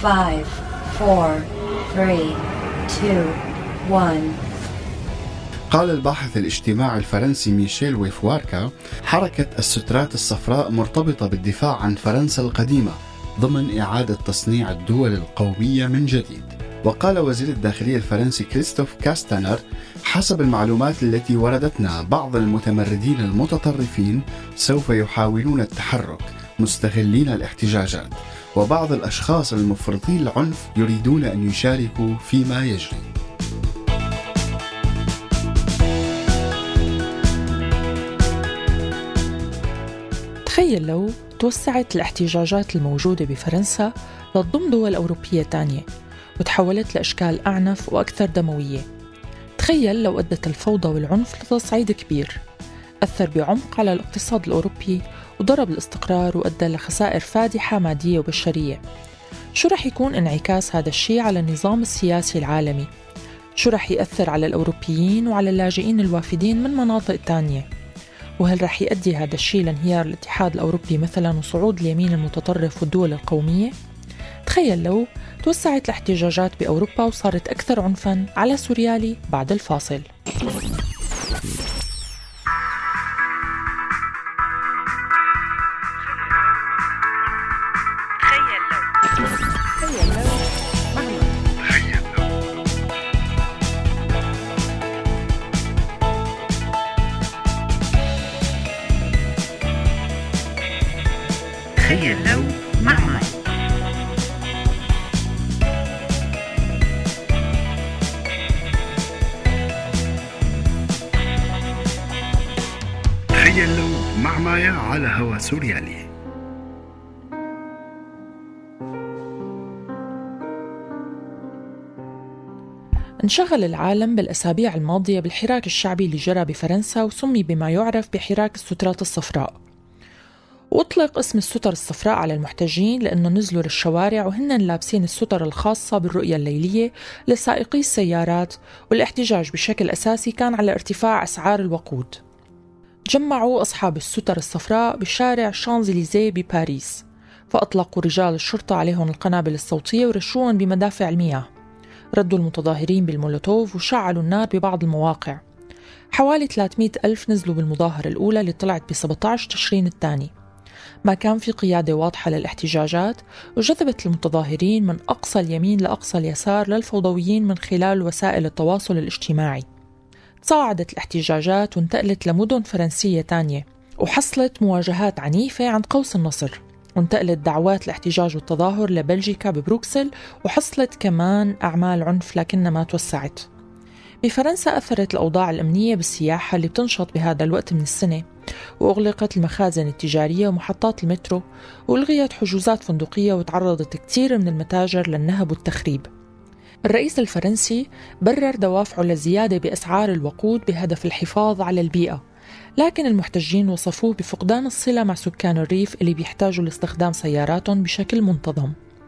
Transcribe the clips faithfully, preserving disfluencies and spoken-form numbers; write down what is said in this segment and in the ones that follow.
five, four, three, two, one. قال الباحث الاجتماعي الفرنسي ميشيل ويفواركا: حركة السترات الصفراء مرتبطة بالدفاع عن فرنسا القديمة ضمن إعادة تصنيع الدول القومية من جديد. وقال وزير الداخلية الفرنسي كريستوف كاستانر: حسب المعلومات التي وردتنا، بعض المتمردين المتطرفين سوف يحاولون التحرك مستغلين الاحتجاجات، وبعض الأشخاص المفرطين العنف يريدون أن يشاركوا فيما يجري. تخيل لو توسعت الاحتجاجات الموجودة بفرنسا لتضم دول أوروبية تانية وتحولت لأشكال أعنف وأكثر دموية. تخيل لو أدت الفوضى والعنف لتصعيد كبير أثر بعمق على الاقتصاد الأوروبي وضرب الاستقرار وأدى لخسائر فادحة مادية وبشرية. شو رح يكون انعكاس هذا الشيء على النظام السياسي العالمي؟ شو رح يأثر على الأوروبيين وعلى اللاجئين الوافدين من مناطق تانية؟ وهل رح يؤدي هذا الشيء لانهيار الاتحاد الأوروبي مثلا وصعود اليمين المتطرف والدول القومية؟ تخيل لو توسعت الاحتجاجات بأوروبا وصارت أكثر عنفاً على سوريالي بعد الفاصل. تخيل لو مع ماي. تخيل لو مع مايا على هوا سوريالي. انشغل العالم بالأسابيع الماضية بالحراك الشعبي اللي جرى بفرنسا وسمي بما يعرف بحراك السترات الصفراء. وأطلق اسم الستر الصفراء على المحتجين لأنه نزلوا للشوارع وهن لابسين الستر الخاصة بالرؤية الليلية لسائقي السيارات، والاحتجاج بشكل أساسي كان على ارتفاع أسعار الوقود. جمعوا أصحاب الستر الصفراء بشارع شانزليزيه بباريس، فأطلقوا رجال الشرطة عليهم القنابل الصوتية ورشوهم بمدافع المياه. ردوا المتظاهرين بالمولوتوف وشعلوا النار ببعض المواقع. حوالي ثلاثمئة ألف نزلوا بالمظاهرة الأولى اللي طلعت ب سبعة عشر تشرين الثاني. ما كان في قيادة واضحة للاحتجاجات، وجذبت المتظاهرين من أقصى اليمين لأقصى اليسار للفوضويين من خلال وسائل التواصل الاجتماعي. تصاعدت الاحتجاجات وانتقلت لمدن فرنسية تانية، وحصلت مواجهات عنيفة عند قوس النصر، وانتقلت دعوات الاحتجاج والتظاهر لبلجيكا ببروكسل، وحصلت كمان أعمال عنف لكنها ما توسعت. بفرنسا أثرت الأوضاع الأمنية بالسياحة اللي بتنشط بهذا الوقت من السنة، وأغلقت المخازن التجارية ومحطات المترو، وألغيت حجوزات فندقية، وتعرضت كثير من المتاجر للنهب والتخريب. الرئيس الفرنسي برر دوافعه للزيادة بأسعار الوقود بهدف الحفاظ على البيئة، لكن المحتجين وصفوه بفقدان الصلة مع سكان الريف اللي بيحتاجوا لاستخدام سياراتهم بشكل منتظم.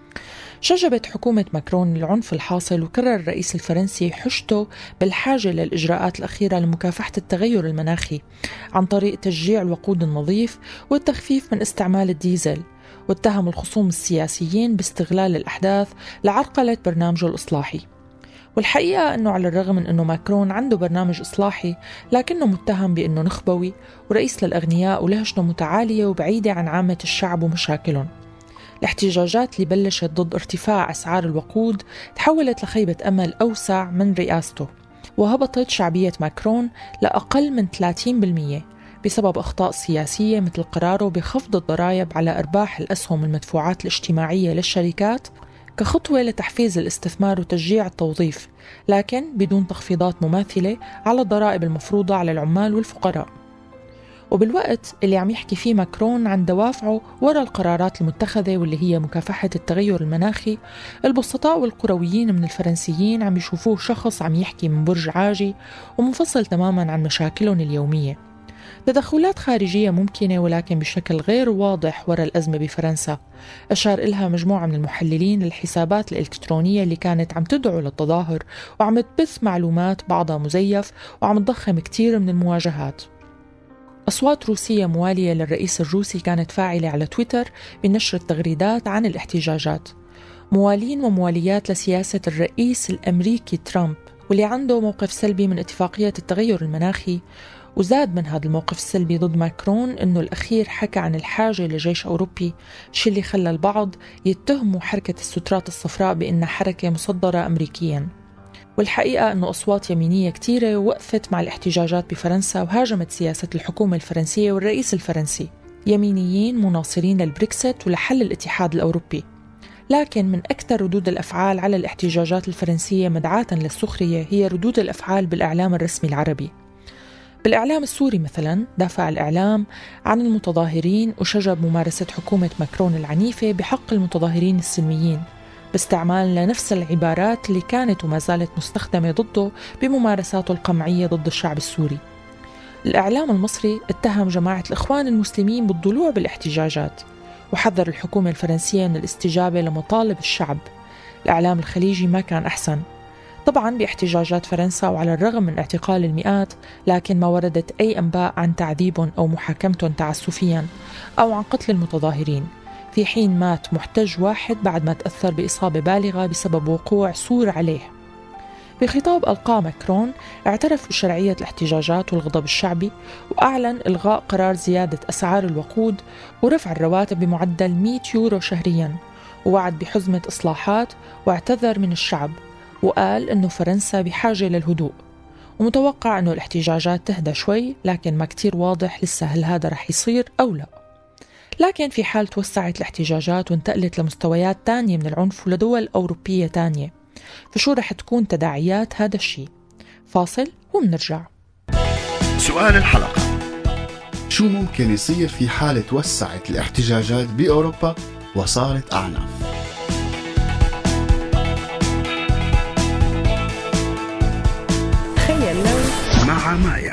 شجبت حكومة ماكرون العنف الحاصل، وكرر الرئيس الفرنسي حجته بالحاجة للإجراءات الأخيرة لمكافحة التغير المناخي عن طريق تشجيع الوقود النظيف والتخفيف من استعمال الديزل، واتهم الخصوم السياسيين باستغلال الأحداث لعرقلة برنامجه الإصلاحي. والحقيقة أنه على الرغم من أنه ماكرون عنده برنامج إصلاحي، لكنه متهم بأنه نخبوي ورئيس للأغنياء ولهجته متعالية وبعيدة عن عامة الشعب ومشاكلهم. الاحتجاجات اللي بلشت ضد ارتفاع أسعار الوقود تحولت لخيبة أمل أوسع من رئاسته، وهبطت شعبية ماكرون لأقل من ثلاثين بالمئة بسبب أخطاء سياسية مثل قراره بخفض الضرائب على أرباح الأسهم المدفوعات الاجتماعية للشركات كخطوة لتحفيز الاستثمار وتشجيع التوظيف، لكن بدون تخفيضات مماثلة على الضرائب المفروضة على العمال والفقراء. وبالوقت اللي عم يحكي فيه ماكرون عن دوافعه وراء القرارات المتخذة واللي هي مكافحة التغير المناخي، البسطاء والقرويين من الفرنسيين عم يشوفوه شخص عم يحكي من برج عاجي ومنفصل تماما عن مشاكلهم اليومية. تدخلات خارجية ممكنة ولكن بشكل غير واضح وراء الأزمة بفرنسا، أشار إلها مجموعة من المحللين للحسابات الإلكترونية اللي كانت عم تدعو للتظاهر وعم تبث معلومات بعضها مزيف وعم تضخم كتير من المواجهات. أصوات روسية موالية للرئيس الروسي كانت فاعلة على تويتر بنشر التغريدات عن الاحتجاجات، موالين ومواليات لسياسة الرئيس الأمريكي ترامب، واللي عنده موقف سلبي من اتفاقية التغير المناخي. وزاد من هذا الموقف السلبي ضد ماكرون أنه الأخير حكى عن الحاجة لجيش أوروبي، شيء اللي خلى البعض يتهموا حركة السترات الصفراء بأنها حركة مصدرة أمريكياً. والحقيقة أنه أصوات يمينية كتيرة وقفت مع الاحتجاجات بفرنسا وهاجمت سياسة الحكومة الفرنسية والرئيس الفرنسي، يمينيين مناصرين للبريكسيت ولحل الاتحاد الأوروبي. لكن من أكثر ردود الأفعال على الاحتجاجات الفرنسية مدعاة للسخرية هي ردود الأفعال بالإعلام الرسمي العربي. بالإعلام السوري مثلا دافع الإعلام عن المتظاهرين وشجب ممارسة حكومة ماكرون العنيفة بحق المتظاهرين السلميين باستعمال لنفس العبارات اللي كانت وما زالت مستخدمة ضده بممارساته القمعية ضد الشعب السوري. الإعلام المصري اتهم جماعة الإخوان المسلمين بالضلوع بالاحتجاجات وحذر الحكومة الفرنسية من الاستجابة لمطالب الشعب. الإعلام الخليجي ما كان أحسن طبعاً باحتجاجات فرنسا، وعلى الرغم من اعتقال المئات لكن ما وردت أي أنباء عن تعذيبهم أو محاكمتهم تعسفياً أو عن قتل المتظاهرين، في حين مات محتج واحد بعد ما تأثر بإصابة بالغة بسبب وقوع سور عليه. بخطاب ألقاه ماكرون اعترف بشرعية الاحتجاجات والغضب الشعبي، وأعلن إلغاء قرار زيادة أسعار الوقود ورفع الرواتب بمعدل مئة يورو شهرياً، ووعد بحزمة إصلاحات واعتذر من الشعب، وقال أنه فرنسا بحاجة للهدوء، ومتوقع أنه الاحتجاجات تهدى شوي، لكن ما كتير واضح لسه هل هذا رح يصير أو لا. لكن في حال توسعت الاحتجاجات وانتقلت لمستويات تانية من العنف ولدول أوروبية تانية، فشو رح تكون تداعيات هذا الشيء؟ فاصل ومنرجع. سؤال الحلقة: شو ممكن يصير في حالة توسعت الاحتجاجات بأوروبا وصارت أعنف؟ مع مايا.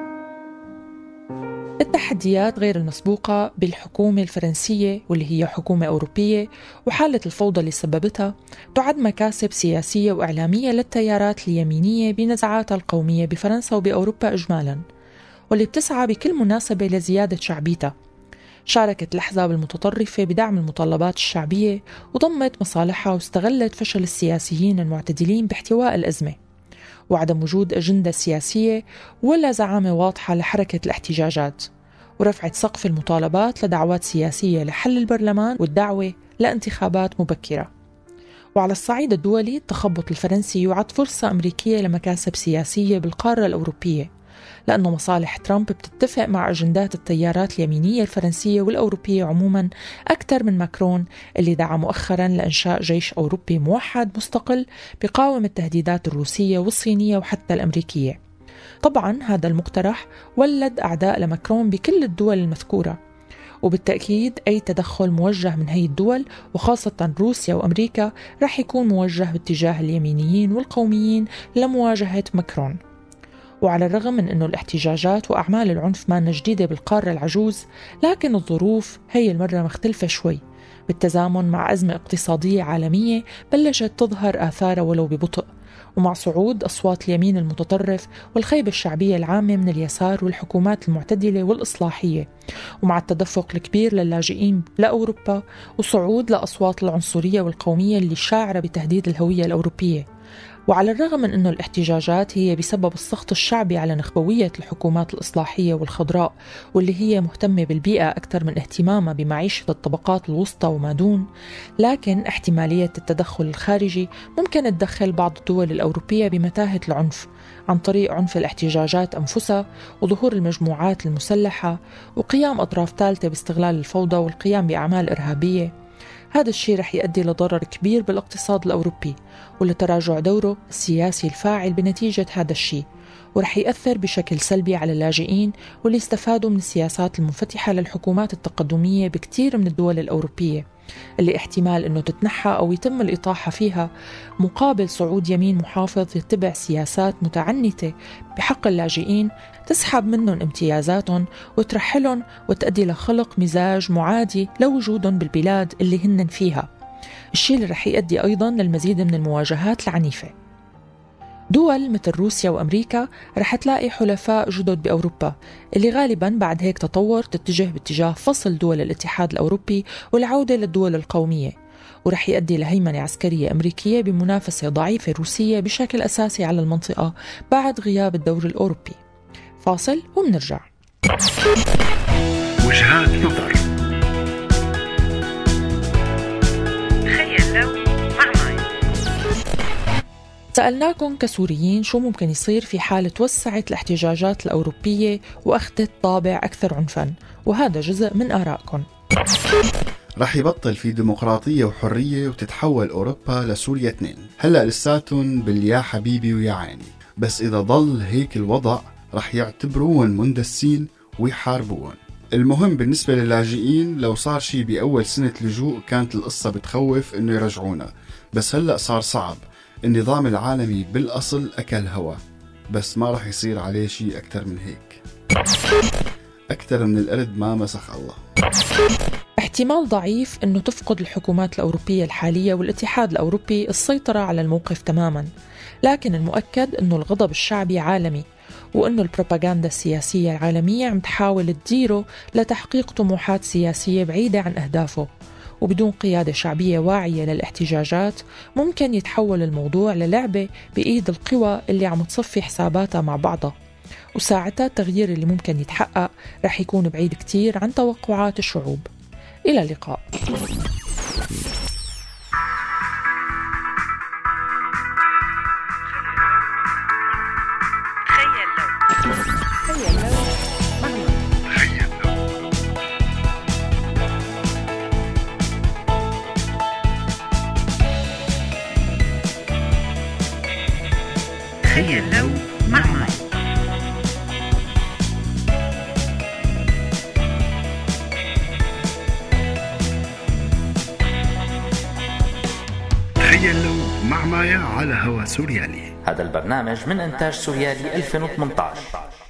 التحديات غير المسبوقة بالحكومة الفرنسية واللي هي حكومة أوروبية وحالة الفوضى اللي سببتها تعد مكاسب سياسية وإعلامية للتيارات اليمينية بنزعاتها القومية بفرنسا وبأوروبا إجمالاً، واللي بتسعى بكل مناسبة لزيادة شعبيتها. شاركت الأحزاب المتطرفة بدعم المطالبات الشعبية وضمت مصالحها واستغلت فشل السياسيين المعتدلين باحتواء الأزمة وعدم وجود أجندة سياسية ولا زعامة واضحة لحركة الاحتجاجات، ورفعت سقف المطالبات لدعوات سياسية لحل البرلمان والدعوة لانتخابات مبكرة. وعلى الصعيد الدولي التخبط الفرنسي يعد فرصة أمريكية لمكاسب سياسية بالقارة الأوروبية، لأنه مصالح ترامب بتتفق مع أجندات التيارات اليمينية الفرنسية والأوروبية عموماً أكثر من ماكرون اللي دعا مؤخراً لإنشاء جيش أوروبي موحد مستقل بقاوم التهديدات الروسية والصينية وحتى الأمريكية. طبعاً هذا المقترح ولد أعداء لماكرون بكل الدول المذكورة، وبالتأكيد أي تدخل موجه من هي الدول وخاصة روسيا وأمريكا رح يكون موجه باتجاه اليمينيين والقوميين لمواجهة ماكرون. وعلى الرغم من أنه الاحتجاجات وأعمال العنف ما جديدة بالقارة العجوز، لكن الظروف هي المرة مختلفة شوي بالتزامن مع أزمة اقتصادية عالمية بلشت تظهر آثارها ولو ببطء، ومع صعود أصوات اليمين المتطرف والخيبة الشعبية العامة من اليسار والحكومات المعتدلة والإصلاحية، ومع التدفق الكبير للاجئين لأوروبا وصعود لأصوات العنصرية والقومية اللي شاعرة بتهديد الهوية الأوروبية. وعلى الرغم من أنه الاحتجاجات هي بسبب السخط الشعبي على نخبوية الحكومات الإصلاحية والخضراء واللي هي مهتمة بالبيئة أكثر من اهتمامها بمعيشة الطبقات الوسطى وما دون، لكن احتمالية التدخل الخارجي ممكن تدخل بعض الدول الأوروبية بمتاهة العنف عن طريق عنف الاحتجاجات أنفسها وظهور المجموعات المسلحة وقيام أطراف ثالثة باستغلال الفوضى والقيام بأعمال إرهابية. هذا الشيء رح يؤدي لضرر كبير بالاقتصاد الأوروبي ولتراجع دوره السياسي الفاعل بنتيجة هذا الشيء، ورح يأثر بشكل سلبي على اللاجئين واللي استفادوا من السياسات المنفتحة للحكومات التقدمية بكثير من الدول الأوروبية اللي احتمال أنه تتنحى أو يتم الإطاحة فيها مقابل صعود يمين محافظ يتبع سياسات متعنتة بحق اللاجئين تسحب منهم امتيازاتهم وترحلهم وتؤدي لخلق مزاج معادي لوجودهم بالبلاد اللي هن فيها، الشيء اللي رح يؤدي أيضاً للمزيد من المواجهات العنيفة. دول مثل روسيا وأمريكا رح تلاقي حلفاء جدد بأوروبا اللي غالباً بعد هيك تطور تتجه باتجاه فصل دول الاتحاد الأوروبي والعودة للدول القومية، ورح يؤدي لهيمنة عسكرية أمريكية بمنافسة ضعيفة روسية بشكل أساسي على المنطقة بعد غياب الدور الأوروبي. فاصل ومنرجع. وجهات نظر. تخيل لو مع مايا. سألناكم كسوريين شو ممكن يصير في حالة توسعت الاحتجاجات الأوروبية وأخذت طابع أكثر عنفاً، وهذا جزء من آرائكم. رح يبطل في ديمقراطية وحرية وتتحول أوروبا لسوريا اثنين. هلأ لساتهم باليا حبيبي ويا عيني، بس إذا ضل هيك الوضع رح يعتبروهم مندسين ويحاربوهم. المهم بالنسبة للاجئين، لو صار شي بأول سنة لجوء كانت القصة بتخوف إنه يرجعونا، بس هلأ صار صعب. النظام العالمي بالأصل أكل هوا، بس ما رح يصير عليه شي أكتر من هيك. أكتر من القرد ما مسخ الله. احتمال ضعيف أنه تفقد الحكومات الأوروبية الحالية والاتحاد الأوروبي السيطرة على الموقف تماماً، لكن المؤكد أنه الغضب الشعبي عالمي، وأنه البروباغندا السياسية العالمية عم تحاول تديره لتحقيق طموحات سياسية بعيدة عن أهدافه. وبدون قيادة شعبية واعية للاحتجاجات ممكن يتحول الموضوع للعبة بإيد القوى اللي عم تصفي حساباتها مع بعضها، وساعتها التغيير اللي ممكن يتحقق رح يكون بعيد كتير عن توقعات الشعوب. إلى اللقاء. تخيل لو. تخيل لو مع مايا. تخيل لو مع مايا. تخيل لو مع مايا على هوا سوريالي. هذا البرنامج من إنتاج سوريالي ألفين وثمانية عشر.